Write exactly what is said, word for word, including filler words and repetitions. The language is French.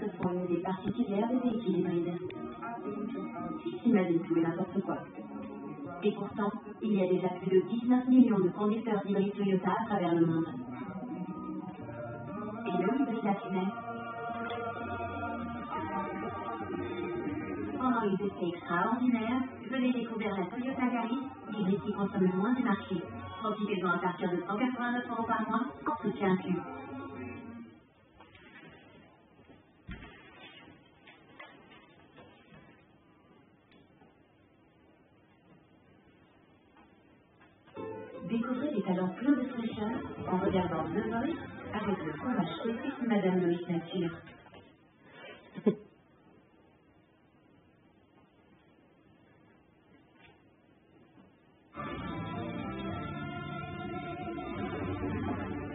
se font une idée particulière des véhicules hybrides. Ils imaginent tout et n'importe quoi. Et pourtant, il y a déjà plus de dix-neuf millions de conducteurs hybrides Toyota à travers le monde. Et le hybride à fumée. Pendant les essais extraordinaires, venez découvrir la Toyota Yaris, l'hybride qui consomme le moins du marché. Profitez-en à partir de cent quatre-vingt-neuf euros par mois, en soutien inclus. Découvrez des talents pleins de fraîcheur en regardant The Voice avec le fromage saucisse Madame Loïs Nature.